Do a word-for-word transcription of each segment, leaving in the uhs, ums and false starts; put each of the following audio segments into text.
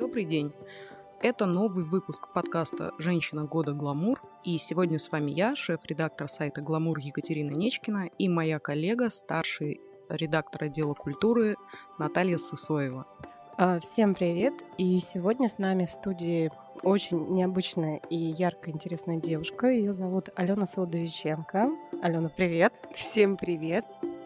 Добрый день! Это новый выпуск подкаста «Женщина года Гламур», и сегодня с вами я, шеф-редактор сайта «Гламур» Екатерина Нечкина и моя коллега, старший редактор отдела культуры Наталья Сысоева. Всем привет! И сегодня с нами в студии очень необычная и ярко интересная девушка. Ее зовут Алена Саудовиченко. Алена, привет! Всем привет!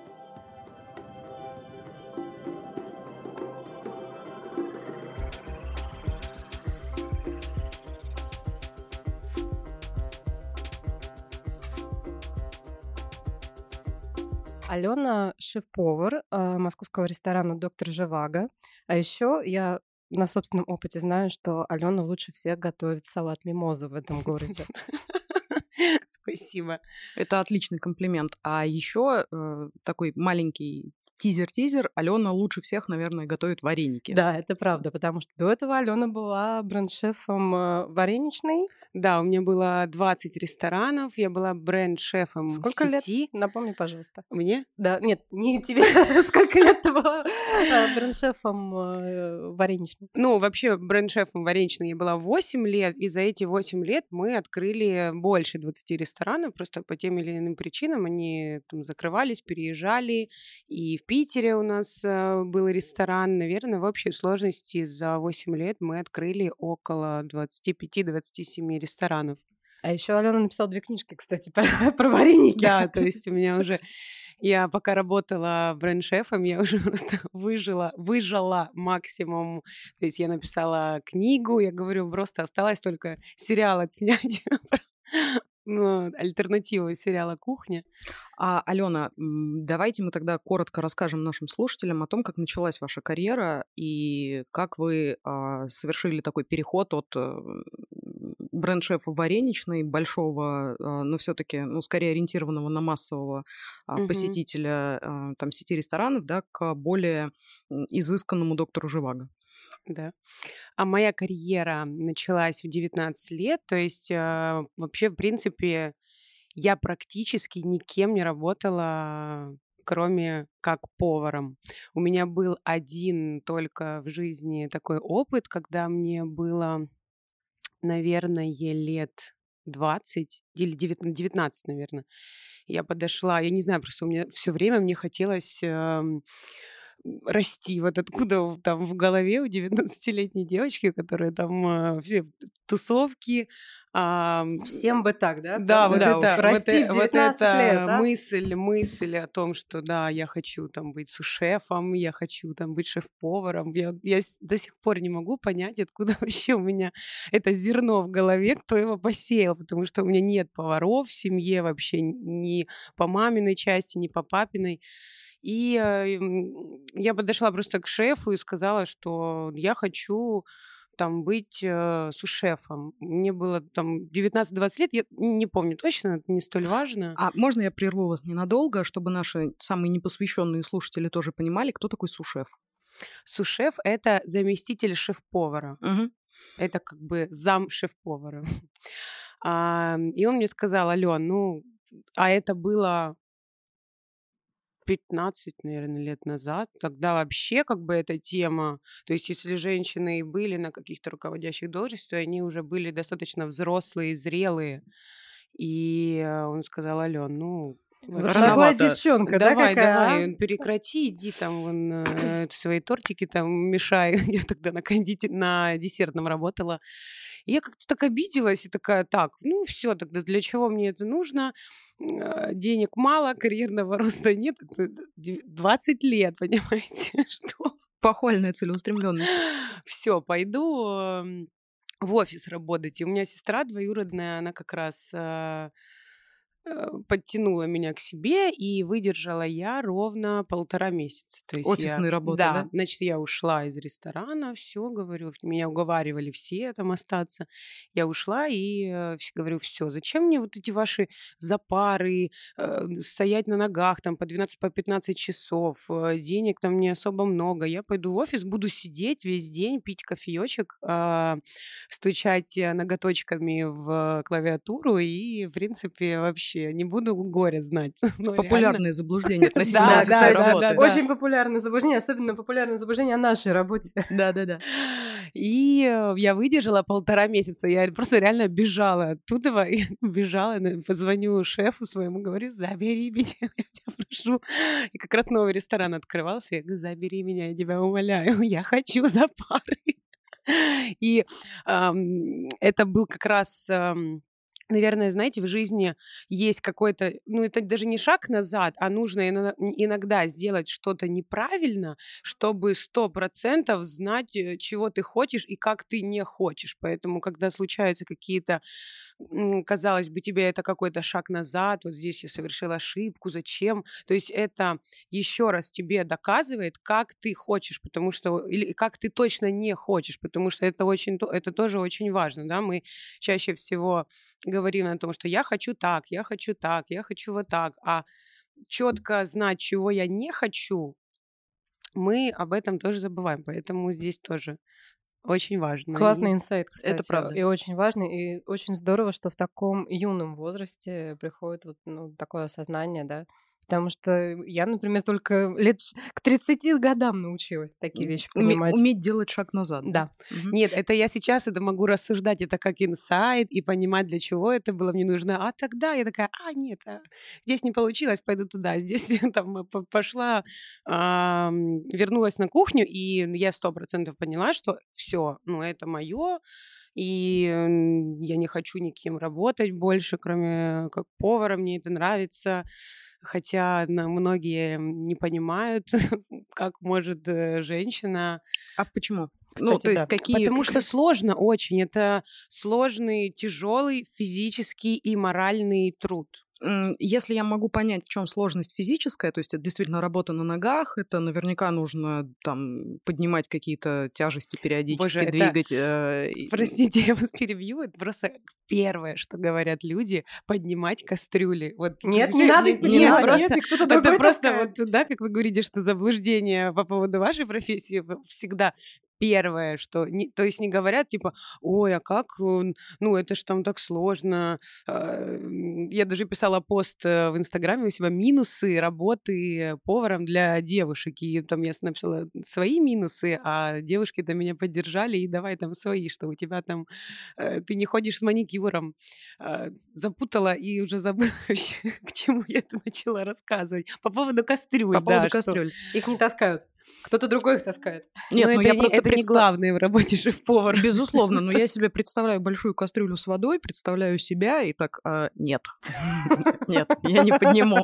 Алена — шеф-повар э, московского ресторана «Доктор Живаго». А еще я на собственном опыте знаю, что Алена лучше всех готовит салат мимоза в этом городе. Спасибо. Это отличный комплимент. А еще э, такой маленький тизер-тизер. Алена лучше всех, наверное, готовит вареники. Да, это правда, потому что до этого Алена была бренд-шефом э, вареничной. Да, у меня было двадцать ресторанов, я была бренд-шефом Сколько сети. лет? Напомни, пожалуйста. Мне? Да, нет, не тебе. Сколько лет ты была бренд-шефом вареничной? Ну, вообще, бренд-шефом вареничной я была восемь лет, и за эти восемь лет мы открыли больше двадцати ресторанов, просто по тем или иным причинам они там закрывались, переезжали, и в Питере у нас был ресторан. Наверное, в общей сложности за восемь лет мы открыли около двадцати пяти — двадцати семи ресторанов. А еще Алена написала две книжки, кстати, про, про вареники. Да, то есть у меня уже... Я пока работала бренд-шефом, я уже просто выжила, выжила максимум. То есть я написала книгу, я говорю, просто осталось только сериал отснять. Ну, альтернатива сериала «Кухня». А, Алена, давайте мы тогда коротко расскажем нашим слушателям о том, как началась ваша карьера и как вы а, совершили такой переход от бренд-шефа вареничной, большого, но все-таки, ну, скорее ориентированного на массового угу. посетителя там, сети ресторанов, да, к более изысканному доктору Живаго. Да. А моя карьера началась в девятнадцать лет, то есть э, вообще, в принципе, я практически никем не работала, кроме как поваром. У меня был один только в жизни такой опыт, когда мне было, наверное, лет двадцать или девятнадцать, наверное. Я подошла, я не знаю, просто у меня все время мне хотелось... Э, расти вот откуда там в голове у девятнадцатилетней девочки, которая там э, все тусовки. А, Всем бы так, да? Да, вот да, это, расти вот, вот это лет, а? мысль, мысль о том, что да, я хочу там быть сушефом, я хочу там быть шеф-поваром. Я, я до сих пор не могу понять, откуда вообще у меня это зерно в голове, кто его посеял, потому что у меня нет поваров в семье вообще ни по маминой части, ни по папиной. И э, я подошла просто к шефу и сказала, что я хочу там быть э, сушефом. Мне было там девятнадцать-двадцать лет, я не помню точно, это не столь важно. А можно я прерву вас ненадолго, чтобы наши самые непосвященные слушатели тоже понимали, кто такой сушеф? Сушеф — это заместитель шеф-повара. Угу. Это как бы зам шеф-повара. а, и он мне сказал: Алён, ну, а это было... пятнадцать, наверное, лет назад. Тогда вообще как бы эта тема... То есть если женщины и были на каких-то руководящих должностях, они уже были достаточно взрослые, зрелые. И он сказал: Алён, ну... Дорогая девчонка, давай, да, какая? давай, он прекрати, иди там вон, э, свои тортики там мешай. Я тогда на, кондитер... на десертном работала. И я как-то так обиделась и такая: так, ну все, тогда для чего мне это нужно? Денег мало, карьерного роста нет. двадцать лет, понимаете? Что? Похвальная целеустремленность. Все, пойду в офис работать. И у меня сестра двоюродная, она как раз... подтянула меня к себе, и выдержала я ровно полтора месяца. То есть офисной я, работы, да, да? Значит, я ушла из ресторана, все, говорю, меня уговаривали все там остаться. Я ушла и э, говорю: все, зачем мне вот эти ваши запары, э, стоять на ногах там по двенадцать, по пятнадцать часов, э, денег там не особо много. Я пойду в офис, буду сидеть весь день, пить кофеечек, э, стучать ноготочками в клавиатуру и, в принципе, вообще не буду горя знать. Популярное реально... заблуждение относительно да, офисной да, работы. Да, да, Очень да. популярное заблуждение, особенно популярное заблуждение о нашей работе. Да-да-да. И я выдержала полтора месяца. Я просто реально бежала оттуда, и бежала, позвоню шефу своему, говорю, забери меня, я тебя прошу. И как раз новый ресторан открывался, я говорю, забери меня, я тебя умоляю, я хочу за парой. И эм, это был как раз... Эм, Наверное, знаете, в жизни есть какой-то, ну, это даже не шаг назад, а нужно иногда сделать что-то неправильно, чтобы сто процентов знать, чего ты хочешь и как ты не хочешь. Поэтому, когда случаются какие-то, казалось бы, тебе это какой-то шаг назад, вот здесь я совершила ошибку, зачем? То есть это еще раз тебе доказывает, как ты хочешь, потому что, или как ты точно не хочешь, потому что это очень, это тоже очень важно, да, мы чаще всего говорим о том, что я хочу так, я хочу так, я хочу вот так, а четко знать, чего я не хочу, мы об этом тоже забываем, поэтому здесь тоже очень важно. Классный инсайт, кстати. Это правда. И очень важный, и очень здорово, что в таком юном возрасте приходит вот, ну, такое осознание, да. Потому что я, например, только лет к тридцати годам научилась такие вещи понимать. Уметь делать шаг назад. Да. Угу. Нет, это я сейчас это могу рассуждать, это как инсайт, и понимать, для чего это было мне нужно. А тогда я такая, а, нет, а, здесь не получилось, пойду туда. Здесь там пошла, а, вернулась на кухню, и я сто процентов поняла, что все, ну, это мое, и я не хочу никем работать больше, кроме как повара, мне это нравится. Хотя многие не понимают, как может женщина. А почему? Кстати, ну, то есть да. какие... Потому что сложно очень. Это сложный, тяжелый физический и моральный труд. Если я могу понять, в чем сложность физическая, то есть это действительно работа на ногах, это наверняка нужно там поднимать какие-то тяжести периодически, Боже, двигать. Это... Э... Простите, я вас перебью. Это просто первое, что говорят люди, поднимать кастрюли. Вот нет, не надо, не, не нет, надо. Просто, нет, кто-то это просто вот, да, как вы говорите, что заблуждение по поводу вашей профессии всегда. Первое, что... Не, то есть не говорят, типа, ой, а как... Ну, это ж там так сложно. Я даже писала пост в Инстаграме у себя минусы работы поваром для девушек. И там я написала свои минусы, а девушки-то меня поддержали, и давай там свои, что у тебя там... Ты не ходишь с маникюром. Запутала и уже забыла, к чему я это начала рассказывать. По поводу кастрюль. По поводу да, кастрюль. Что... Их не таскают. Кто-то другой их таскает. Нет, ну, ну это, я не, просто это представ... не главное в работе шеф-повара. Безусловно, но я себе представляю большую кастрюлю с водой, представляю себя и так, а, нет, нет, я не подниму.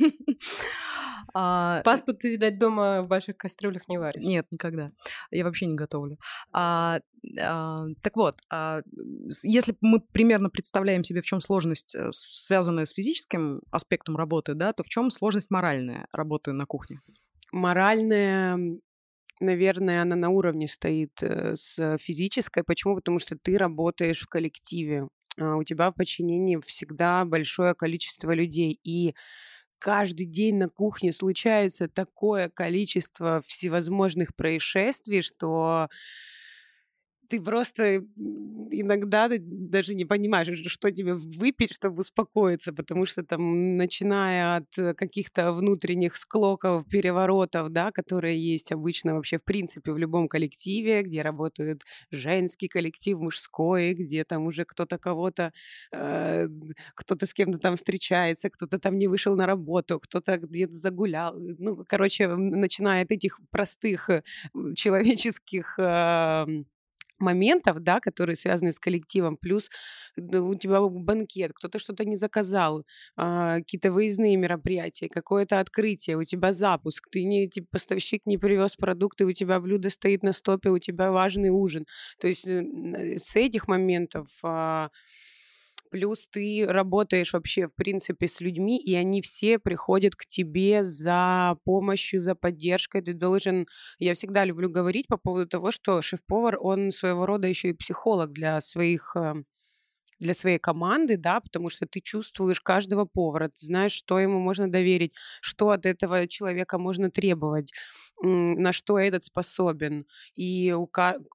Пасту ты, видать, дома в больших кастрюлях не варишь. Нет, никогда. Я вообще не готовлю. А, а, так вот, а, если мы примерно представляем себе, в чем сложность, связанная с физическим аспектом работы, да, то в чем сложность моральная работы на кухне? Моральная, наверное, она на уровне стоит с физической. Почему? Потому что ты работаешь в коллективе. У тебя в подчинении всегда большое количество людей. И каждый день на кухне случается такое количество всевозможных происшествий, что... ты просто иногда даже не понимаешь, что тебе выпить, чтобы успокоиться, потому что там, начиная от каких-то внутренних склоков, переворотов, да, которые есть обычно вообще в принципе в любом коллективе, где работает женский коллектив, мужской, где там уже кто-то кого-то, э, кто-то с кем-то там встречается, кто-то там не вышел на работу, кто-то где-то загулял. Ну, короче, начиная от этих простых человеческих... Э, моментов, да, которые связаны с коллективом, плюс у тебя банкет, кто-то что-то не заказал, а, какие-то выездные мероприятия, какое-то открытие, у тебя запуск, ты не, типа, поставщик не привез продукты, у тебя блюдо стоит на стопе, у тебя важный ужин. То есть с этих моментов... А, плюс ты работаешь вообще, в принципе, с людьми, и они все приходят к тебе за помощью, за поддержкой. Ты должен... Я всегда люблю говорить по поводу того, что шеф-повар, он своего рода еще и психолог для своих... для своей команды, да, потому что ты чувствуешь каждого повара, ты знаешь, что ему можно доверить, что от этого человека можно требовать, на что этот способен. И у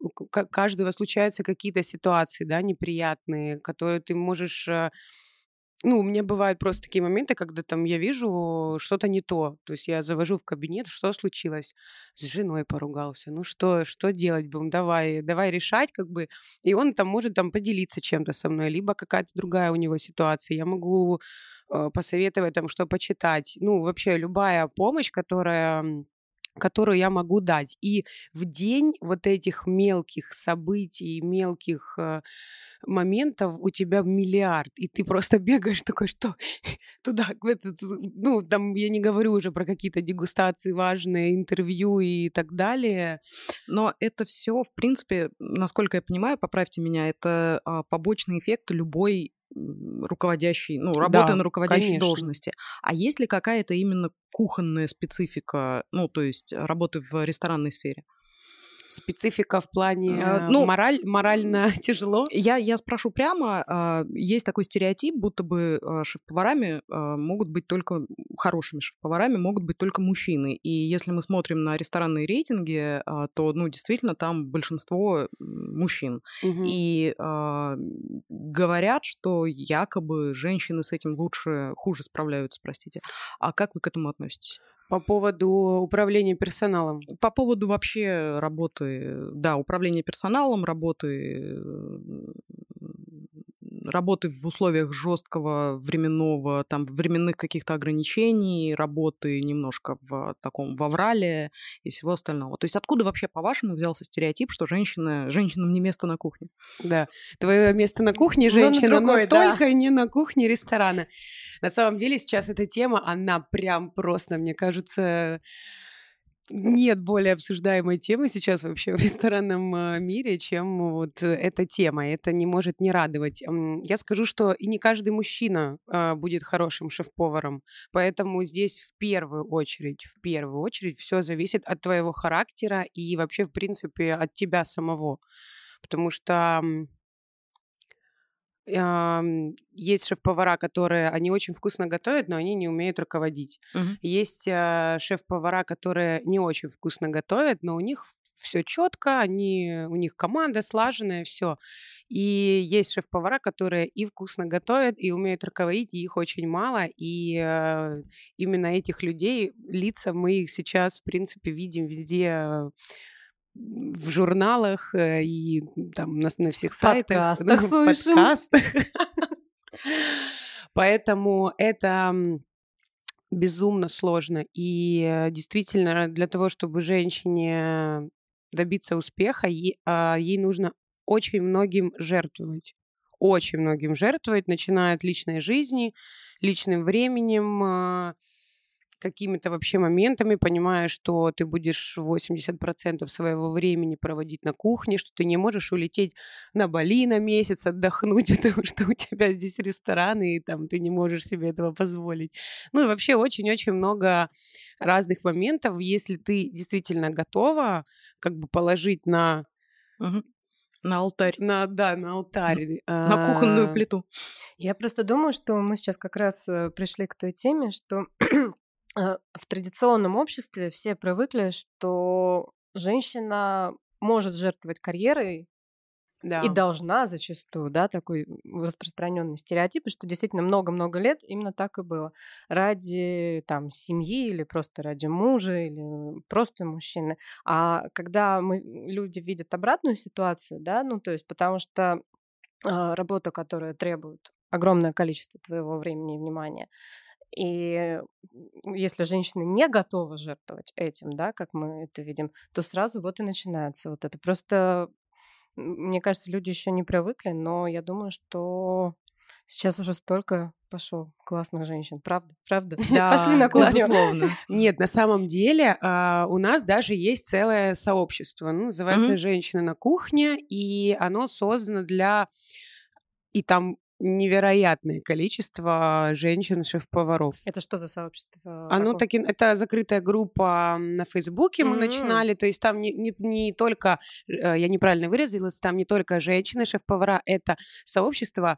каждого случаются какие-то ситуации, да, неприятные, которые ты можешь Ну, у меня бывают просто такие моменты, когда там я вижу что-то не то. То есть я завожу в кабинет, что случилось? С женой поругался. Ну что, что делать будем? Давай, давай решать, как бы. И он там может там поделиться чем-то со мной, либо какая-то другая у него ситуация. Я могу э, посоветовать там, что почитать. Ну, вообще любая помощь, которая которую я могу дать. И в день вот этих мелких событий, мелких э, моментов у тебя миллиард, и ты просто бегаешь такой, что туда, в этот, ну, там я не говорю уже про какие-то дегустации важные, интервью и так далее. Но это все, в принципе, насколько я понимаю, поправьте меня, это а, побочный эффект любой руководящей, ну, работы Да, на руководящей конечно. должности. А есть ли какая-то именно кухонная специфика, ну, то есть работы в ресторанной сфере? Специфика в плане Э, ну, мораль, морально тяжело? Я, я спрошу прямо. а, Есть такой стереотип, будто бы а, шеф-поварами а, могут быть только хорошими шеф-поварами, могут быть только мужчины. И если мы смотрим на ресторанные рейтинги, а, то, ну, действительно, там большинство мужчин. Мгм. И а, говорят, что якобы женщины с этим лучше, хуже справляются, простите. А как вы к этому относитесь? По поводу управления персоналом. По поводу вообще работы, да, управления персоналом, работы, работы в условиях жесткого временного, там, временных каких-то ограничений, работы немножко в таком в аврале и всего остального. То есть откуда вообще, по-вашему, взялся стереотип, что женщина, женщинам не место на кухне? Да, твое место на кухне, Но на женщина, но, другой, да. только не на кухне ресторана. На самом деле сейчас эта тема, она прям просто, мне кажется, нет более обсуждаемой темы сейчас вообще в ресторанном э, мире, чем вот э, эта тема. Это не может не радовать. М, Я скажу, что и не каждый мужчина э, будет хорошим шеф-поваром, поэтому здесь в первую очередь, в первую очередь все зависит от твоего характера и вообще, в принципе, от тебя самого. Потому что м, ам, есть шеф-повара, которые, они очень вкусно готовят, но они не умеют руководить. Мгм. Есть а, шеф-повара, которые не очень вкусно готовят, но у них все четко, они, у них команда слаженная, все. И есть шеф-повара, которые и вкусно готовят, и умеют руководить, и их очень мало. И э, именно этих людей, лица мы их сейчас, в принципе, видим везде э, в журналах э, и там на, на всех сайтах, подкастах в слышим. подкастах. Поэтому это м, безумно сложно. И э, действительно, для того, чтобы женщине добиться успеха, е- а, ей нужно очень многим жертвовать. Очень многим жертвовать, начиная от личной жизни, личным временем, а, какими-то вообще моментами, понимая, что ты будешь восемьдесят процентов своего времени проводить на кухне, что ты не можешь улететь на Бали на месяц отдохнуть, потому что у тебя здесь рестораны, и там ты не можешь себе этого позволить. Ну и вообще очень-очень много разных моментов. Если ты действительно готова как бы положить на, Мгм. На алтарь, на, да, на алтарь. на кухонную а, плиту. Я просто думаю, что мы сейчас как раз э, пришли к той теме, что э, в традиционном обществе все привыкли, что женщина может жертвовать карьерой Да. и должна зачастую, да, такой распространенный стереотип, и что действительно много-много лет именно так и было. Ради там семьи или просто ради мужа или просто мужчины. А когда мы, люди видят обратную ситуацию, да, ну то есть потому что а, работа, которая требует огромное количество твоего времени и внимания, и если женщина не готова жертвовать этим, да, как мы это видим, то сразу вот и начинается вот это. Просто, м, мне кажется, люди еще не привыкли, но я думаю, что сейчас уже столько пошло классных женщин. Правда? Правда? Пошли на Да, кухню. безусловно. Нет, на самом деле а, у нас даже есть целое сообщество, ну, называется Мгм. «Женщины на кухне», и оно создано для... И там невероятное количество женщин-шеф-поваров. Это что за сообщество? Оно какое? таки, это закрытая группа на Фейсбуке, мы М. начинали, то есть там не, не, не только, э, я неправильно выразилась, там не только женщины-шеф-повара, это сообщество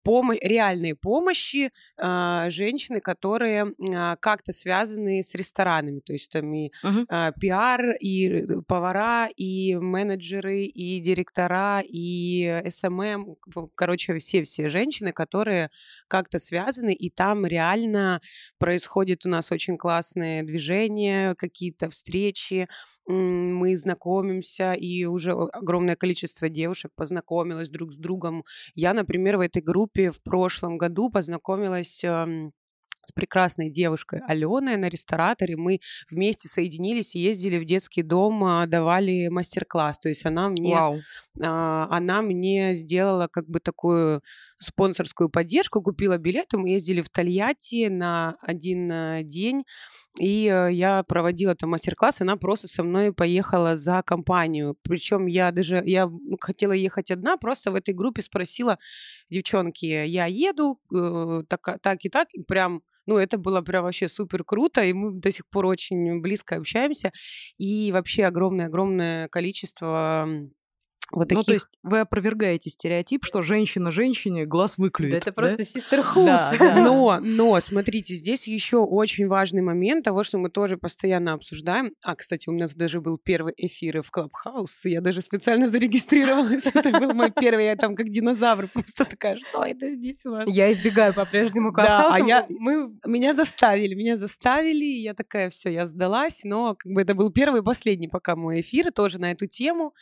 помо- реальной помощи э, женщины, которые э, как-то связаны с ресторанами. То есть там и Мгм. э, пиар, и повара, и менеджеры, и директора, и эс эм эм. В- Короче, все-все женщины, которые как-то связаны, и там реально происходит у нас очень классные движения, какие-то встречи, м, мы знакомимся, и уже о- огромное количество девушек познакомилось друг с другом. Я, например, в этой группе в прошлом году познакомилась эм, с прекрасной девушкой Аленой на рестораторе. Мы вместе соединились и ездили в детский дом, а, давали мастер-класс. То есть она мне, Вау. а, она мне сделала как бы такую спонсорскую поддержку, купила билеты, мы ездили в Тольятти на один э, день, и э, я проводила там мастер-класс, она просто со мной поехала за компанию. Причем я даже, я хотела ехать одна, просто в этой группе спросила, девчонки, я еду, э, так, так и так, и прям, ну, это было прям вообще супер круто, и мы до сих пор очень близко общаемся, и вообще огромное-огромное количество м, вот Ну, то таких. есть вы опровергаете стереотип, что женщина женщине глаз Да выклюет, это да? просто sisterhood. Да, да. Но, но, смотрите, здесь еще очень важный момент того, что мы тоже постоянно обсуждаем. А, кстати, у нас даже был первый эфир в Clubhouse, я даже специально зарегистрировалась. Это был мой первый, я там как динозавр просто такая, что это здесь у нас? Я избегаю по-прежнему Да, а Клабхауса. я, Мы меня заставили, меня заставили, и я такая, все, я сдалась, но как бы это был первый и последний пока мой эфир, тоже на эту тему.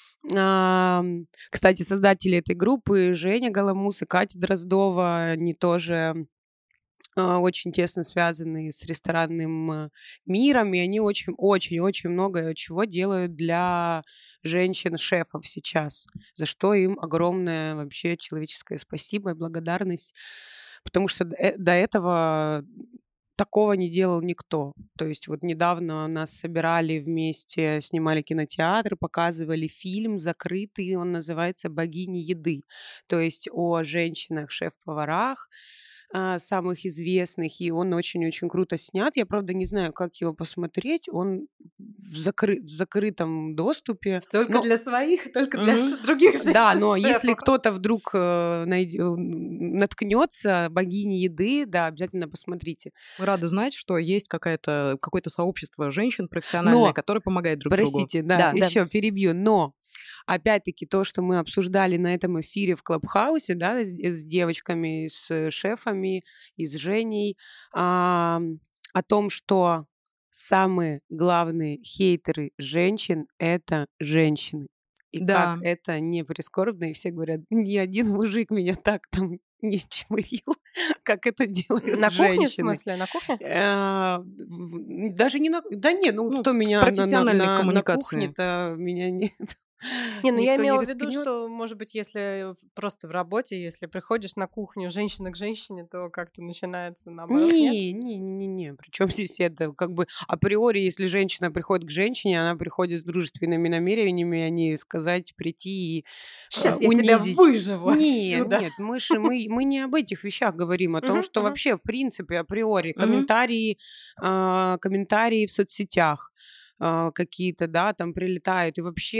Ам, Кстати, создатели этой группы Женя Голомус и Катя Дроздова, они тоже а, очень тесно связаны с ресторанным э, миром, и они очень-очень-очень много чего делают для женщин-шефов сейчас, за что им огромное вообще человеческое спасибо и благодарность, потому что д- э- до этого такого не делал никто. То есть вот недавно нас собирали вместе, снимали кинотеатр, показывали фильм закрытый, он называется «Богини еды», то есть о женщинах-шеф-поварах, а, самых известных, и он очень-очень круто снят. Я, правда, не знаю, как его посмотреть. Он в, закры- в закрытом доступе. только Но- для своих, только для Мгм. ш- других женщин. да, но если шефов. кто-то вдруг э, найд- э, наткнется, богини еды, да, обязательно посмотрите. Мы рады знать, что есть какая-то, какое-то сообщество женщин профессиональное, Но, которое помогает друг другу. простите, да, Да. Да. еще перебью, но опять-таки то, что мы обсуждали на этом эфире в Клабхаусе, да, с, с девочками, с шефами и с Женей, а, о том, что самые главные хейтеры женщин — это женщины. И Да. как это не прискорбно, и все говорят, ни один мужик меня так там не чмырил, как это делают На кухне, в женщины. смысле, на кухне? Э, в- Даже не на... Да нет, ну, Ну, кто в меня на, на, профессиональной на, на коммуникации. кухне-то меня не... Не, ну я никто не имела в виду, рискнет. что, может быть, если в- просто в работе, если приходишь на кухню женщина к женщине, то как-то начинается наоборот, нет? Не, не, не, не. Причем здесь это как бы априори, если женщина приходит к женщине, она приходит с дружественными намерениями, а не сказать, прийти и э, Сейчас я тебя унизить. выживу Нет, отсюда. нет, мы, же, мы, мы не об этих вещах говорим, о том, Мгм, что мгм. вообще, в принципе, априори, Мгм. комментарии, а, комментарии в соцсетях а, какие-то, да, там прилетают, и вообще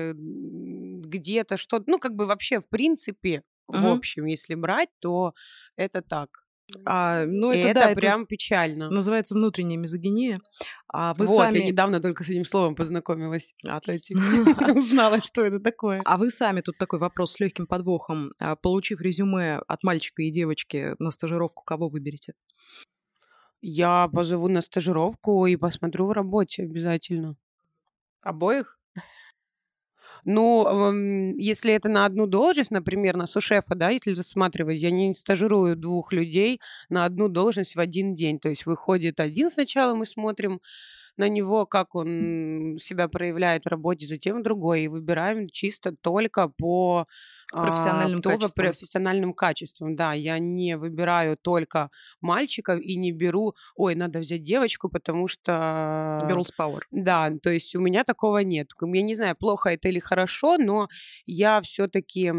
м, где-то что-то, ну, как бы вообще, в принципе, в Мгм. общем, если брать, то это так. А, ну, И это это да, это прям печально. называется внутренняя мизогиния. А вы Вот, я сами... недавно только с этим словом познакомилась, кстати. Отлично. Узнала, что это такое. А вы сами, тут такой вопрос с легким подвохом, а, получив резюме от мальчика и девочки на стажировку, кого выберете? Я позову на стажировку и посмотрю в работе обязательно. Обоих? Ну, эм, если это на одну должность, например, на сушефа, да, если рассматривать, я не стажирую двух людей на одну должность в один день. То есть выходит один сначала, мы смотрим на него, как он себя проявляет в работе, затем другой, и выбираем чисто только по а, Профессиональным только качествам. профессиональным качествам. Да, я не выбираю только мальчиков и не беру, ой, надо взять девочку, потому что... Girls Power. Да, то есть у меня такого нет. Я не знаю, плохо это или хорошо, но я все-таки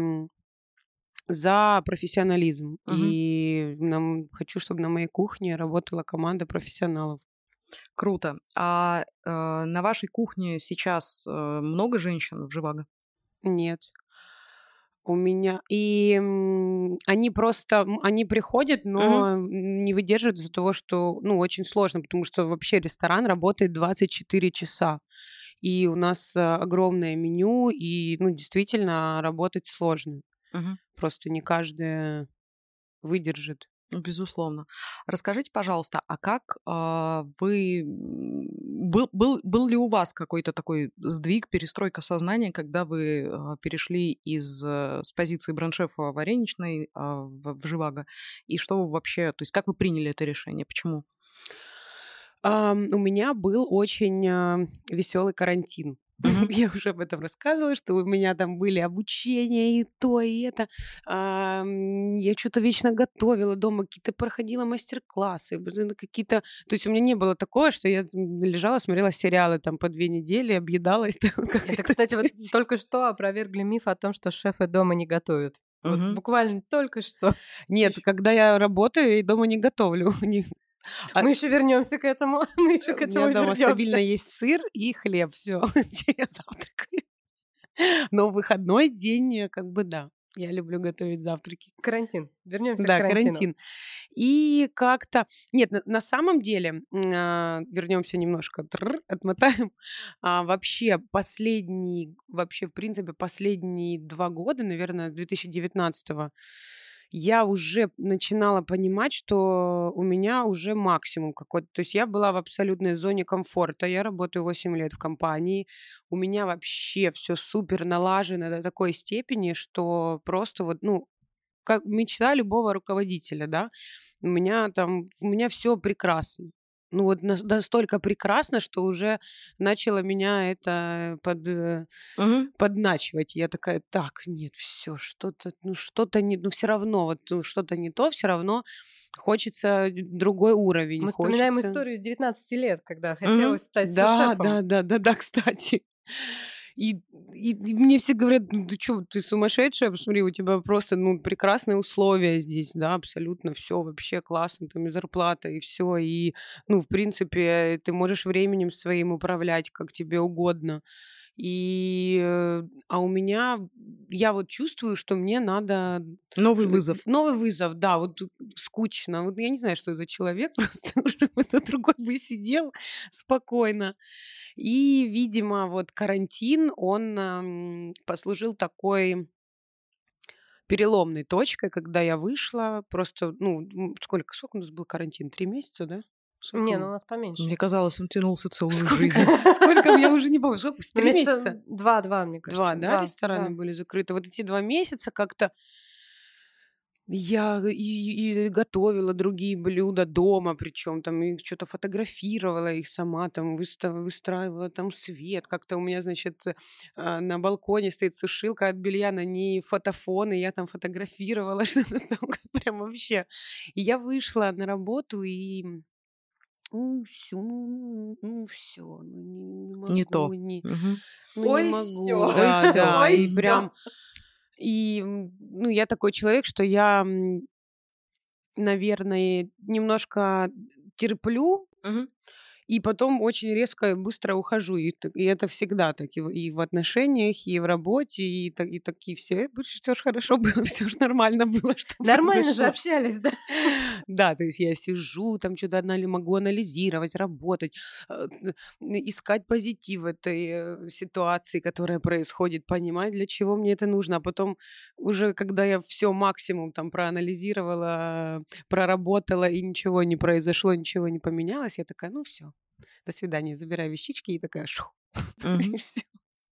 за профессионализм. Мгм. И нам, хочу, чтобы на моей кухне работала команда профессионалов. Круто. А э, на вашей кухне сейчас э, много женщин в Живаго? Нет. У меня... И м, они просто... м, Они приходят, но Мгм. не выдерживают из-за того, что, ну, очень сложно, потому что вообще ресторан работает двадцать четыре часа. И у нас а, огромное меню, и, ну, действительно, работать сложно. Мгм. Просто не каждый выдержит. Ну, безусловно. Расскажите, пожалуйста, а как а, вы... м, Был, был, был ли у вас какой-то такой сдвиг, перестройка сознания, когда вы а, перешли из, э, с позиции бренд-шефа вареничной а, в, в Живаго? И что вы вообще... То есть как вы приняли это решение? Почему? Ам, у меня был очень веселый карантин. Мгм. Я уже об этом рассказывала, что у меня там были обучения и то, и это. Ам, Я что-то вечно готовила дома, какие-то проходила мастер-классы, блин, какие-то... То есть у меня не было такого, что я м, лежала, смотрела сериалы там по две недели, объедалась. там, как Это, это кстати, вот здесь. только что опровергли миф о том, что шефы дома не готовят. Вот Мгм. буквально только что. Нет, Ещё- когда я работаю, я и дома не готовлю. Не- А Мы еще вернемся к этому. Мы еще к У меня этому дома стабильно вернемся. есть сыр и хлеб, все, я завтракаю. Но в выходной день, э, как бы да, я люблю готовить завтраки. Карантин. Вернемся к Да, карантину. карантин. И как-то... Нет, на, на самом деле, вернемся немножко, тррр, отмотаем. А, вообще, последний, вообще, в принципе, последние два года, наверное, с две тысячи девятнадцатого, я уже начинала понимать, что у меня уже максимум какой-то. То есть я была в абсолютной зоне комфорта. Я работаю восемь лет в компании. У меня вообще все супер налажено до такой степени, что просто вот, ну, как мечта любого руководителя, да. У меня там, у меня все прекрасно. Ну вот нас- настолько прекрасно, что уже начало меня это под, э, Мгм. подначивать. Я такая, так, нет, все, что-то, ну что-то не, ну все равно, вот ну, что-то не то, все равно хочется другой уровень, Мы вспоминаем хочется. историю с девятнадцати лет, когда Мгм. хотелось стать Да, сушефом. да, да, да, да, кстати. И, и- и мне все говорят, ну ты что, ты сумасшедшая, посмотри, у тебя просто, ну, прекрасные условия здесь, да, абсолютно все вообще классно, там и зарплата, и все, и, ну, в принципе, ты можешь временем своим управлять как тебе угодно. И, э, а у меня, я вот чувствую, что мне надо Новый ш- вызов. новый вызов, да, вот скучно. Вот я не знаю, что за человек, просто уже кто другой бы сидел спокойно. И, видимо, вот карантин, он ам, послужил такой переломной точкой, когда я вышла. Просто, ну, м, сколько, сколько у нас был карантин? Три месяца, да? Сколько Не, ну мы? у нас поменьше. Мне казалось, он тянулся целую Сколько? жизнь. Сколько? Я уже не помню. Сколько? Ну, Три месяца? месяца два-два, мне Два, кажется. да, Два, рестораны да. были закрыты. Вот эти два месяца как-то я и, и готовила другие блюда дома, причем там и что-то фотографировала их сама, там выста- выстраивала там свет. Как-то у меня, значит, э, а, на балконе стоит сушилка от белья, на ней фотофон, и я там фотографировала что-то там, прям вообще. И я вышла на работу и ну, все, ну, ну, все, ну, не, не Не то. могу, не, Мгм. ну, не Ой, могу, все. Ой, да, всё. да, Ой, и все. прям, и, м, ну, я такой человек, что я, м, наверное, немножко терплю, Мгм. и потом очень резко и быстро ухожу. И, т- и это всегда так. И в, и в отношениях, и в работе, и, так, и такие все. Все же хорошо было, все же нормально было, что Нормально же произошло. общались, да? Да, то есть я сижу, там что-то анали- могу анализировать, работать, э, н- искать позитив в этой э, ситуации, которая происходит, понимать, для чего мне это нужно. А потом уже, когда я все максимум там проанализировала, проработала, и ничего не произошло, ничего не поменялось, я такая, ну все, до свидания, забираю вещички, и такая, шу. Мгм. И всё.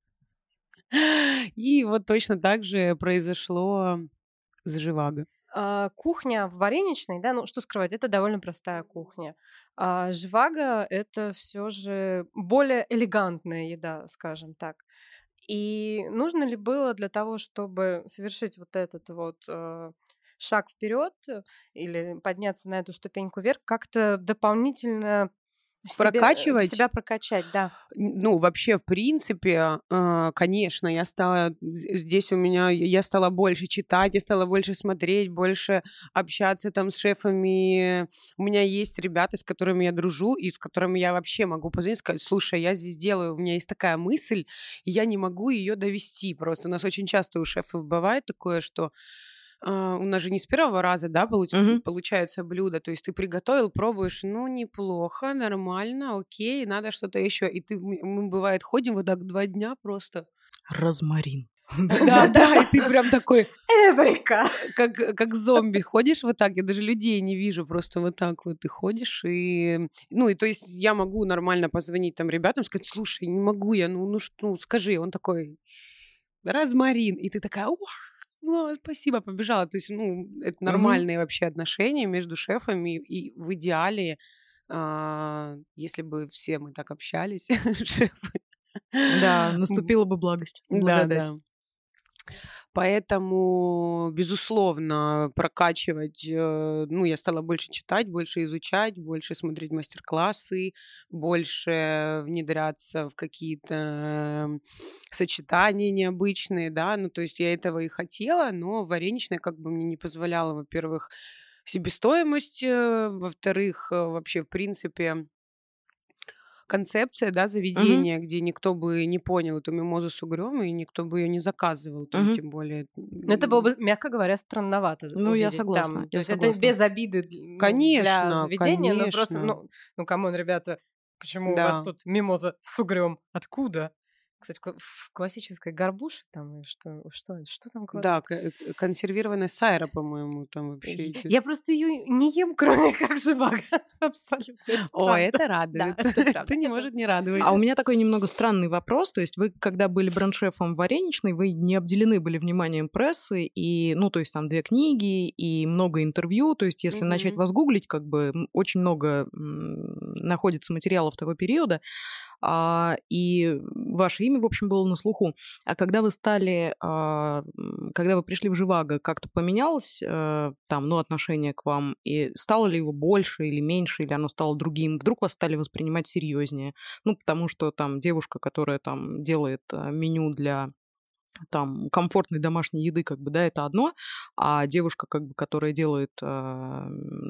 И вот точно так же произошло с Живаго. А, кухня в вареничной, да, ну что скрывать, это довольно простая кухня. А Живаго — это все же более элегантная еда, скажем так. И нужно ли было для того, чтобы совершить вот этот вот э, шаг вперед или подняться на эту ступеньку вверх, как-то дополнительно Себя, прокачивать. себя прокачать, да. Ну, вообще, в принципе, конечно, я стала... Здесь у меня... Я стала больше читать, я стала больше смотреть, больше общаться там с шефами. У меня есть ребята, с которыми я дружу, и с которыми я вообще могу позвонить, сказать: слушай, я здесь делаю, у меня есть такая мысль, и я не могу ее довести. Просто у нас очень часто у шефов бывает такое, что Uh, у нас же не с первого раза, да, получ... uh-huh. получается блюдо. То есть ты приготовил, пробуешь, ну, неплохо, нормально, окей, надо что-то еще. И ты, мы, бывает, ходим вот так два дня просто. Розмарин. Да, да, и ты прям такой... Эврика! Как, как зомби ходишь вот так, я даже людей не вижу, просто вот так вот ты ходишь, и... Ну, и то есть я могу нормально позвонить там ребятам, сказать: слушай, не могу я, ну, ну, ну скажи. Он такой: розмарин. И ты такая: уа! Ну, спасибо, побежала. То есть, ну, это нормальные угу. вообще отношения между шефами, и в идеале, а, если бы все мы так общались, шефы. Да, наступила бы благость. Да, да. Поэтому, безусловно, прокачивать, ну, я стала больше читать, больше изучать, больше смотреть мастер-классы, больше внедряться в какие-то сочетания необычные, да, ну, то есть я этого и хотела, но вареничная как бы мне не позволяла, во-первых, себестоимость, во-вторых, вообще, в принципе, концепция, да, заведения, uh-huh. где никто бы не понял эту мимозу с угрём, и никто бы ее не заказывал, там, uh-huh. тем более. Но это было бы, мягко говоря, странновато. Ну, я согласна. Там. Я То есть согласна. это без обиды конечно, для заведения, конечно. но просто, ну, ну, камон, ребята, почему да. у вас тут мимоза с угрём? Откуда? Кстати, в классической горбуше там что, что, что там кладут? Да, консервированная сайра, по-моему, там вообще идет. Я просто ее не ем, кроме как живаго. Абсолютно. Это О, правда. это радует. Да, это, это не может не радовать. А у меня такой немного странный вопрос. То есть вы, когда были бренд-шефом вареничной, вы не обделены были вниманием прессы, и, ну, то есть там две книги и много интервью. То есть если mm-hmm. начать вас гуглить, как бы очень много м- находится материалов того периода, а, и ваше имя, в общем, было на слуху. А когда вы стали, а, когда вы пришли в Живаго, как-то поменялось а, там, ну, отношение к вам? И стало ли его больше или меньше, или оно стало другим? Вдруг вас стали воспринимать серьезнее? Ну, потому что там девушка, которая там делает меню для там комфортной домашней еды, как бы, да, это одно, а девушка, как бы, которая делает э,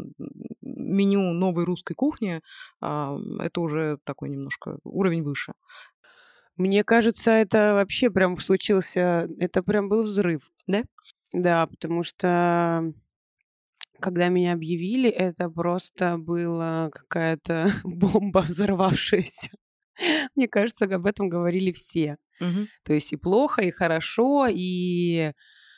меню новой русской кухни, э, это уже такой немножко уровень выше. Мне кажется, это вообще прям случился, это прям был взрыв. Да? Да, потому что когда меня объявили, это просто была какая-то бомба взорвавшаяся. Мне кажется, об этом говорили все. Угу. То есть и плохо, и хорошо, и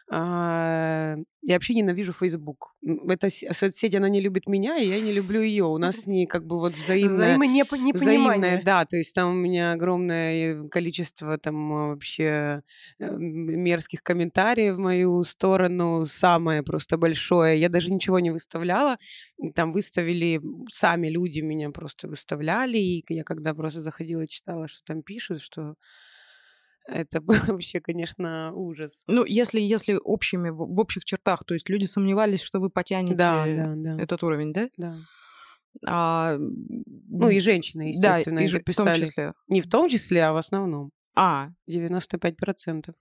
а, я вообще ненавижу Facebook. Эта соцсеть, она не любит меня, и я не люблю ее. У нас с ней как бы вот взаимное... Взаимонепонимание. Взаимное, да. То есть там у меня огромное количество там вообще мерзких комментариев в мою сторону, самое просто большое. Я даже ничего не выставляла. Там выставили, сами люди меня просто выставляли, и я когда просто заходила, читала, что там пишут, что... Это был вообще, конечно, ужас. Ну, если, если общими, в общих чертах, то есть люди сомневались, что вы потянете да, да, да. этот уровень, да? Да. А... Ну, и женщины, естественно, да, и это ж... писали. В том числе. Не в том числе, а в основном. А. девяносто пять процентов.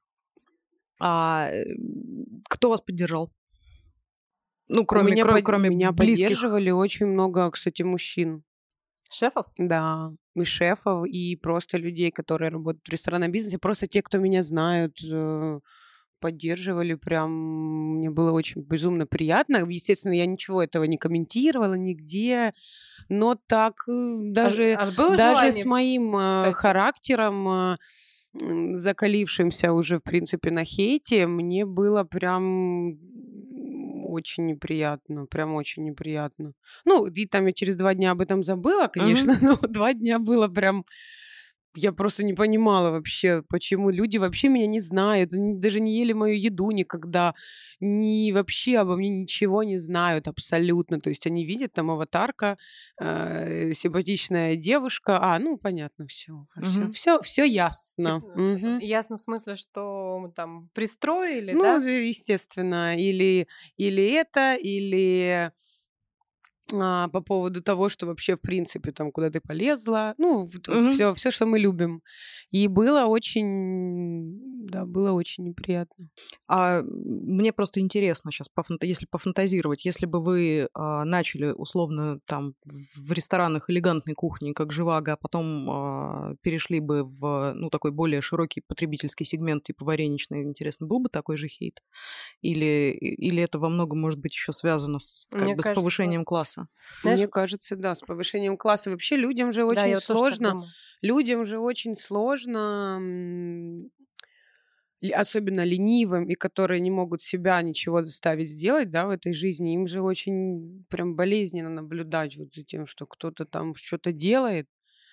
А кто вас поддержал? Ну, кроме, меня кроме, под... кроме меня близких. поддерживали очень много, кстати, мужчин. Шефов? Да, и шефов, и просто людей, которые работают в ресторанном бизнесе, просто те, кто меня знают, поддерживали, прям мне было очень безумно приятно. Естественно, я ничего этого не комментировала нигде, но так даже, а, а даже с моим кстати. характером, закалившимся уже, в принципе, на хейте, мне было прям... очень неприятно, прям очень неприятно. Ну, и там я через два дня об этом забыла, конечно, uh-huh. но два дня было прям... Я просто не понимала вообще, почему люди вообще меня не знают, они даже не ели мою еду никогда, ни вообще обо мне ничего не знают абсолютно. То есть они видят, там аватарка, э, симпатичная девушка, а, ну, понятно, все, uh-huh. все, все ясно. Типа, uh-huh. Ясно в смысле, что там пристроили, ну, да? Ну, естественно, или, или это, или... а, по поводу того, что вообще, в принципе, там, куда ты полезла. Ну, Мгм. все, все, что мы любим. И было очень, да, было очень неприятно. А м, мне просто интересно сейчас, если пофантазировать, если бы вы а, начали условно там в в ресторанах элегантной кухни, как Живаго, а потом а, перешли бы в ну, такой более широкий потребительский сегмент, типа вареничный, интересно, был бы такой же хейт? Или, или это во многом может быть еще связано с, как Мне бы, с кажется, повышением класса? знаешь, Мне кажется, да, с повышением класса. Вообще людям же да, очень я вот тоже так сложно, думаю. людям же очень сложно, м, ли- особенно ленивым, и которые не могут себя ничего заставить сделать, да, в этой жизни, им же очень прям болезненно наблюдать вот за тем, что кто-то там что-то делает,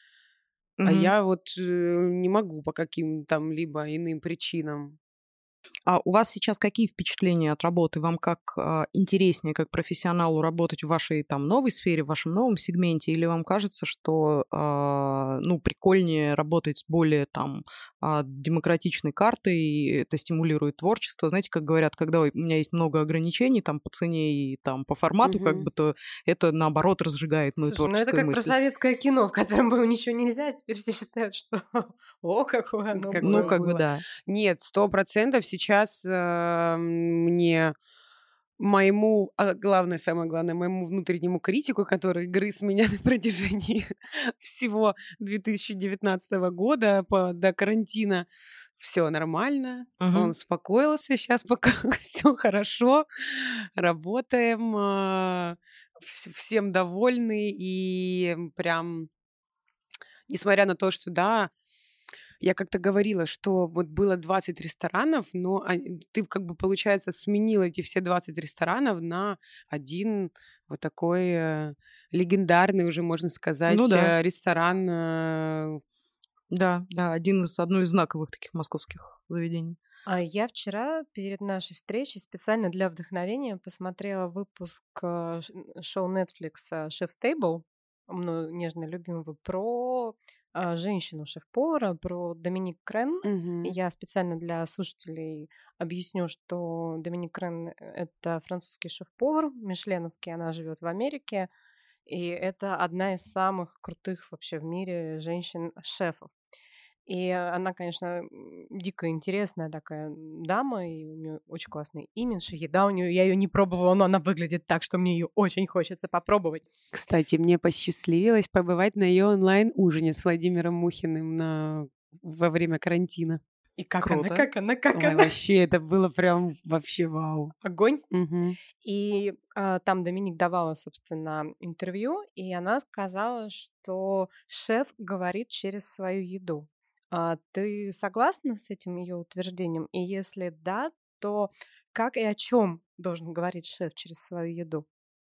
а Мгм. я вот э, не могу по каким там либо иным причинам. А у вас сейчас какие впечатления от работы? Вам как а, интереснее, как профессионалу, работать в вашей там новой сфере, в вашем новом сегменте, или вам кажется, что а, ну прикольнее работать с более там а, демократичной картой, и это стимулирует творчество? Знаете, как говорят, когда у меня есть много ограничений там по цене и там по формату, как Мгм. бы, то это наоборот разжигает мою Слушай, ну это творческую как про мысль. советское кино, в котором было ничего нельзя, а теперь все считают, что о, какое оно Какое Ну, было. как бы было. да. Нет, сто процентов сейчас э, мне моему, а главное, самое главное, моему внутреннему критику, который грыз меня на протяжении всего две тысячи девятнадцатого года по, до карантина, все нормально, он Мгм. успокоился, сейчас пока все хорошо, работаем, а, вс- всем довольны, и прям, несмотря на то, что, да, я как-то говорила, что вот было двадцать ресторанов, но ань ты как бы, получается, сменил эти все двадцать ресторанов на один вот такой, э, легендарный уже, можно Ну сказать, да, э, ресторан, э. да, да, один из, одно из знаковых таких московских заведений. А я вчера перед нашей встречей специально для вдохновения посмотрела выпуск э, ш- н- шоу Netflix э, «Шеф Стейбл», мною нежно любимого, про а, женщину шеф-повара, про Доминик Крен. Мгм. Я специально для слушателей объясню, что Доминик Крен — это французский шеф-повар, мишленовский, она живет в Америке, и это одна из самых крутых вообще в мире женщин-шефов. И она, конечно, м, дико интересная такая дама, и у нее очень классный имидж, и еда у нее, я ее не пробовала, но она выглядит так, что мне ее очень хочется попробовать. Кстати, мне посчастливилось побывать на ее онлайн-ужине с Владимиром Мухиным на во время карантина. И как она, Круто. как она, как Ой, она. вообще, это было прям вообще вау. Огонь. Мгм. И а, там Доминик давала, собственно, интервью, и она сказала, что шеф говорит через свою еду. А, ты согласна с этим ее утверждением? И если да, то как и о чем должен говорить шеф через свою еду?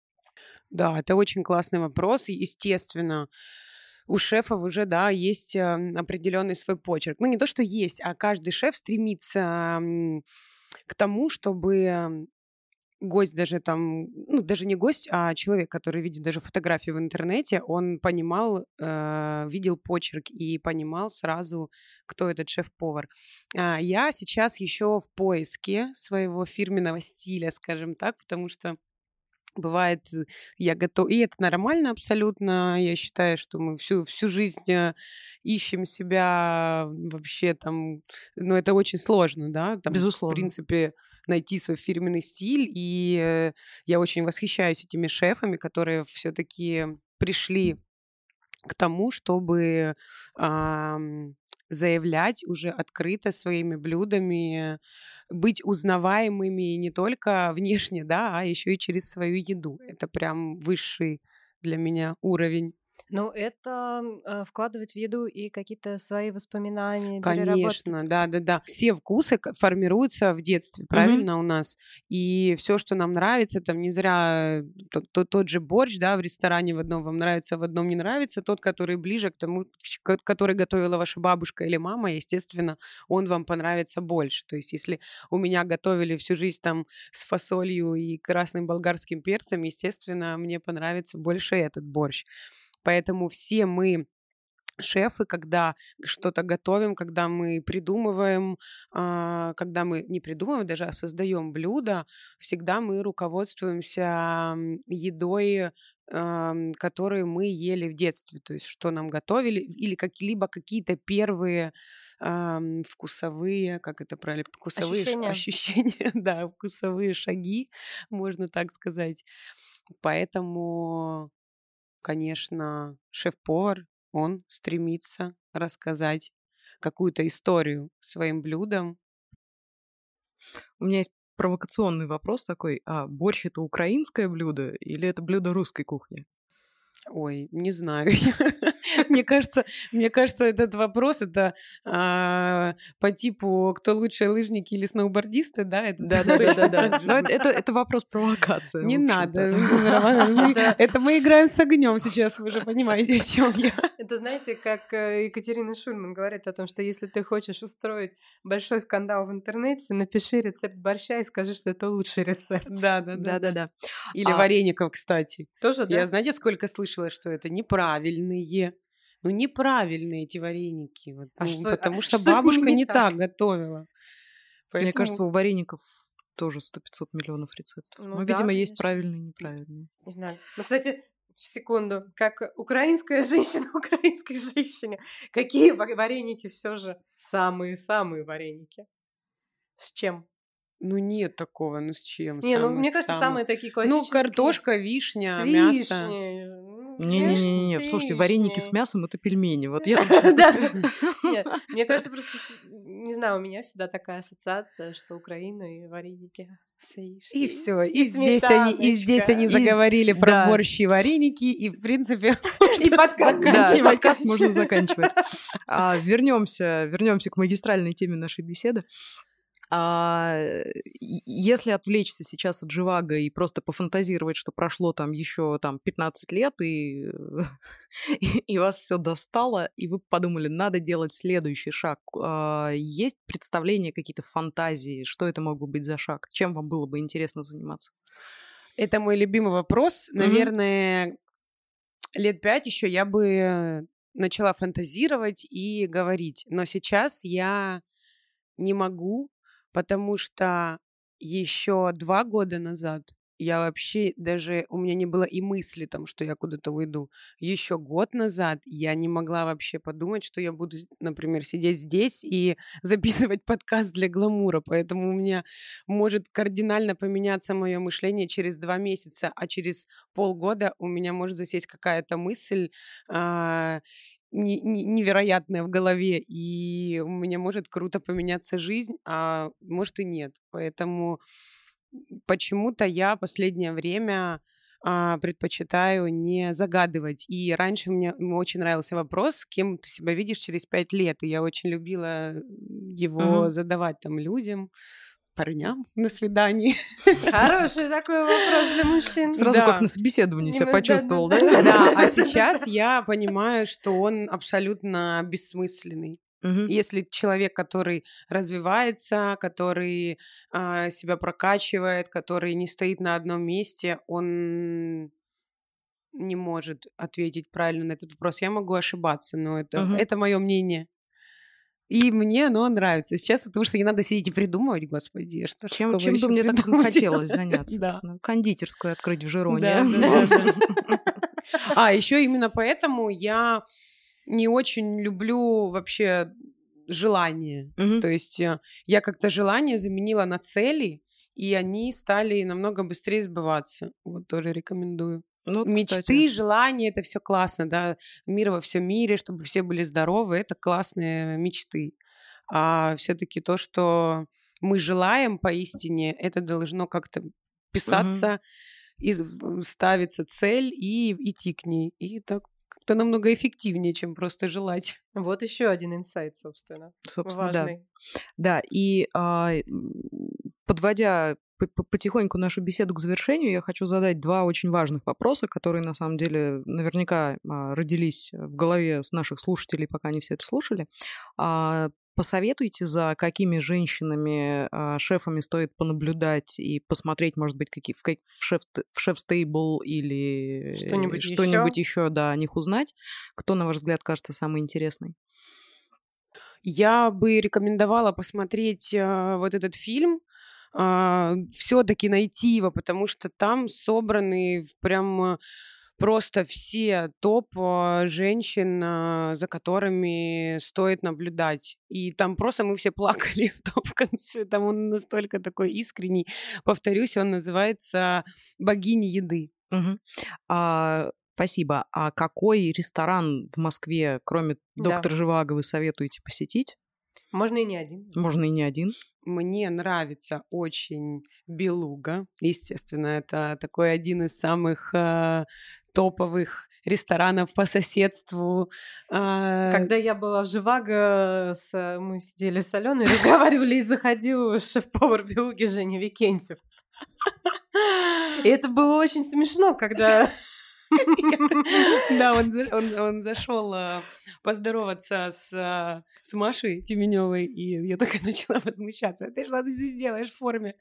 Да, это очень классный вопрос. И, естественно, у шефов уже, да, есть э, определенный свой почерк. Ну, не то, что есть, а каждый шеф стремится м, к тому, чтобы гость даже там, ну, даже не гость, а человек, который видит даже фотографии в интернете, он понимал, э, видел почерк и понимал сразу, кто этот шеф-повар. А, я сейчас еще в поиске своего фирменного стиля, скажем так, потому что бывает, э, я готова, и это нормально абсолютно. Я считаю, что мы всю, всю жизнь э, ищем себя вообще там, но это очень сложно, да, там, в Безусловно. принципе, найти свой фирменный стиль. И э, я очень восхищаюсь этими шефами, которые все-таки пришли к тому, чтобы ам, заявлять уже открыто своими блюдами, быть узнаваемыми не только внешне, да, а еще и через свою еду. Это прям высший для меня уровень. Ну, это э, вкладывать в еду и какие-то свои воспоминания, Конечно, переработать. да-да-да. Все вкусы к формируются в детстве, Мгм. правильно, у нас? И все, что нам нравится, там не зря э, тот тот тот же борщ, да, в ресторане в одном вам нравится, в одном не нравится. Тот, который ближе к тому, ч ко который готовила ваша бабушка или мама, естественно, он вам понравится больше. То есть если у меня готовили всю жизнь там с фасолью и красным болгарским перцем, естественно, мне понравится больше этот борщ. Поэтому все мы шефы, когда что-то готовим, когда мы придумываем, а, когда мы не придумываем даже, а создаем блюдо, всегда мы руководствуемся м, едой ам, которые мы ели в детстве, то есть что нам готовили, или какие-либо какие-то первые ам, вкусовые, как это правильно, вкусовые ш- Ощущения. ощущения, да, вкусовые шаги, можно так сказать. Поэтому, конечно, шеф-повар, он стремится рассказать какую-то историю своим блюдам. У меня есть провокационный вопрос такой. А борщ — это украинское блюдо или это блюдо русской кухни? Ой, не знаю. Мне кажется, мне кажется, этот вопрос это а, по типу, кто лучше, лыжники или сноубордисты, да? Это Да, да, да, точно да, да. так же Но это, будет. это, это вопрос провокации. Не в надо, общем-то. Роман, мы- Это- это мы играем с огнем сейчас, вы же понимаете, о чем я. Это, знаете, как э, Екатерина Шульман говорит о том, что если ты хочешь устроить большой скандал в интернете, напиши рецепт борща и скажи, что это лучший рецепт. Да, да, Да, да, да. Или А- вареников, кстати. Тоже, да? Я, знаете, сколько слышала, что это неправильные. Ну, неправильные эти вареники. Вот, А ну, что- потому а что что с ними бабушка не не так? так готовила. Мне Поэтому- кажется, у вареников тоже сто пятьсот миллионов рецептов. Ну Ну, да, видимо, есть конечно. правильные и неправильные. Не знаю. Ну, кстати, секунду, как украинская женщина украинской женщине, какие ва- вареники все же самые-самые вареники? С чем? Ну, нет такого, ну с чем? Не, ну, Самых- мне кажется, самых- самые такие Ну, классические. картошка, вишня, с мясо. вишней. Ну, Не-не-не, с слушайте, вареники с вишней. мясом — это пельмени. Вот я... Да, да. Нет, мне кажется, просто, с- не знаю, у меня всегда такая ассоциация, что Украина и вареники с вишней. И все. И, И здесь они, и здесь они сметаночка. И- заговорили про да. борщ и вареники, и, в принципе, И подкаст Да, заканчивать. подкаст можно заканчивать. А, вернемся, вернемся к магистральной теме нашей беседы. А, и- если отвлечься сейчас от Живаго и просто пофантазировать, что прошло там еще там пятнадцать лет, и, и, и вас все достало, и вы подумали, надо делать следующий шаг. А, есть представления, какие-то фантазии, что это мог бы быть за шаг? Чем вам было бы интересно заниматься? это мой любимый вопрос. Мгм. Наверное, лет пять еще я бы начала фантазировать и говорить. Но сейчас я не могу, потому что еще два года назад я вообще даже у меня не было и мысли там, что я куда-то уйду. Еще год назад я не могла вообще подумать, что я буду, например, сидеть здесь и записывать подкаст для гламура. Поэтому у меня может кардинально поменяться мое мышление через два месяца, а через полгода у меня может засесть какая-то мысль а, не- не- невероятная в голове, и у меня может круто поменяться жизнь, а может и нет. Поэтому почему-то я последнее время а, предпочитаю не загадывать. И раньше мне м, очень нравился вопрос, кем ты себя видишь через пять лет. И я очень любила его Мгм. задавать там людям, парням на свидании. Хороший такой вопрос для мужчин. Сразу Да. как на собеседовании себя Именно, почувствовал, да, да? да, Да, а сейчас я понимаю, что он абсолютно бессмысленный. Мгм. Если человек, который развивается, который а, себя прокачивает, который не стоит на одном месте, он не может ответить правильно на этот вопрос. Я могу ошибаться, но это, Мгм. это мое мнение. И мне оно нравится сейчас, потому что не надо сидеть и придумывать, господи, что ж Чем, такого чем бы ещё мне так придумать? хотелось заняться? Да. Ну, кондитерскую открыть в Жироне. Да, да, да, да. А, еще именно поэтому я не очень люблю вообще желание. Мгм. То есть э, я как-то желание заменила на цели, и они стали намного быстрее сбываться. Вот тоже рекомендую. Ну, Мечты, кстати. желания — это все классно, да. Мир во всем мире, чтобы все были здоровы, это классные мечты. А все-таки то, что мы желаем поистине, это должно как-то писаться, и в- ставится цель и идти к ней. И так как-то намного эффективнее, чем просто желать. Вот еще один инсайт, собственно. Собственно, да. Важный. Да, и а, м, подводя п- п- потихоньку нашу беседу к завершению, я хочу задать два очень важных вопроса, которые на самом деле наверняка а, родились в голове с наших слушателей, пока они все это слушали. А, Посоветуйте, за какими женщинами, а, шефами стоит понаблюдать и посмотреть, может быть, какие, в, как- в, шеф, в шеф-стейбл или Что-нибудь что-нибудь ещё? еще, да, о них узнать. Кто, на ваш взгляд, кажется самый интересный? Я бы рекомендовала посмотреть э, вот этот фильм, все-таки найти его, потому что там собраны в- прям э, просто все топ женщин, за которыми стоит наблюдать. И там просто мы все плакали в конце. Там он настолько такой искренний. Повторюсь, он называется «Богиня еды». Угу. А, спасибо. А какой ресторан в Москве, кроме Да. доктора Живаго, вы советуете посетить? Можно и не один. Можно и не один. Мне нравится очень Белуга. Естественно, это такой один из самых э, топовых ресторанов по соседству. Э, Когда я была в Живаго, с, мы сидели с Аленой, разговаривали, и заходил шеф-повар Белуги Женя Викентьев. И это было очень смешно, когда... Да, он, он, он зашел поздороваться с, с Машей Тюменевой, и я только начала возмущаться. Ты что ты здесь делаешь в форме?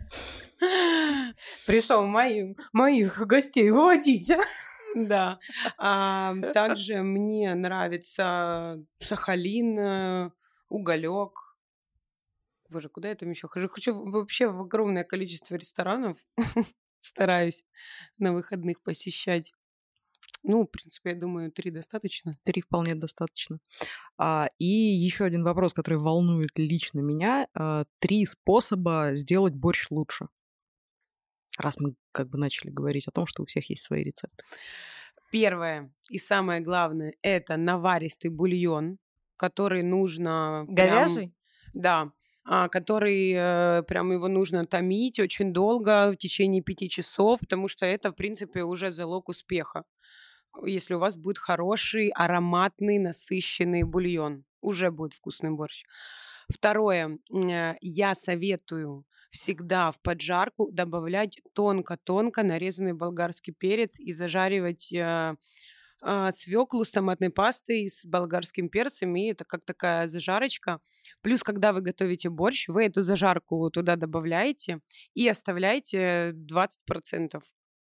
Пришел моим, моих гостей выводить. Да. А, также мне нравится Сахалин, Уголек. Боже, куда я там еще хожу? Хочу вообще в огромное количество ресторанов. Стараюсь на выходных посещать. Ну, в принципе, я думаю, три достаточно. Три вполне достаточно. А, и еще один вопрос, который волнует лично меня. А, три способа сделать борщ лучше. Раз мы как бы начали говорить о том, что у всех есть свои рецепты. Первое и самое главное – это наваристый бульон, который нужно... Говяжий? Прям, да, а, который э, прям его нужно томить очень долго, в течение пяти часов, потому что это, в принципе, уже залог успеха. Если у вас будет хороший, ароматный, насыщенный бульон, уже будет вкусный борщ. Второе, я советую всегда в поджарку добавлять тонко-тонко нарезанный болгарский перец и зажаривать э, э, свеклу с томатной пастой, с болгарским перцем, и это как такая зажарочка. Плюс, когда вы готовите борщ, вы эту зажарку туда добавляете и оставляете двадцать процентов.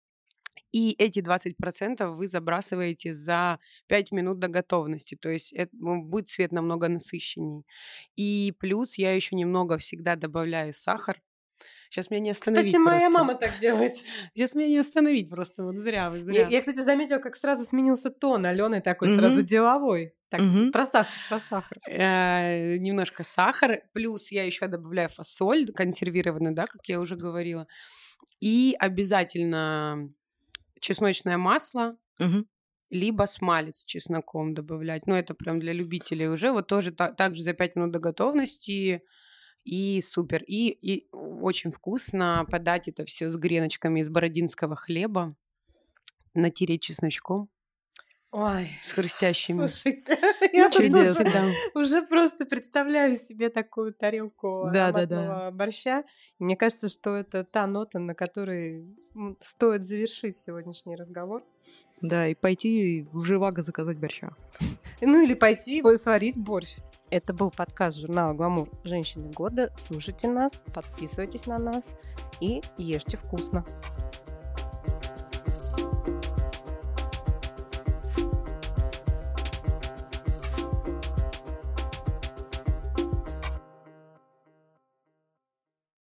И эти двадцать процентов вы забрасываете за пять минут до готовности. То есть это, будет цвет намного насыщеннее. И плюс я еще немного всегда добавляю сахар. Сейчас меня не остановить. Кстати, моя просто. мама так делает. Сейчас меня не остановить просто. Вот зря вы, зря. Я, я, кстати, заметила, как сразу сменился тон Алены такой, Мгм. сразу деловой. Так, Мгм. про сахар, про сахар. Э, немножко сахара. Плюс я еще добавляю фасоль консервированную, да, как я уже говорила. И обязательно чесночное масло, Мгм. либо смалец с чесноком добавлять. Но это прям для любителей уже. Вот тоже та- также за пять минут до готовности. И супер. И, и очень вкусно подать это все с греночками из бородинского хлеба, натереть чесночком Ой, с хрустящими. слушайте, я тут Чудесно. уже, Да. уже просто представляю себе такую тарелку Да, да, ароматного борща. И мне кажется, что это та нота, на которой м, стоит завершить сегодняшний разговор. Да, и пойти в Живаго заказать борща. Ну или пойти сварить борщ. Это был подкаст журнала «Гламур. Женщины года». Слушайте нас, подписывайтесь на нас и ешьте вкусно.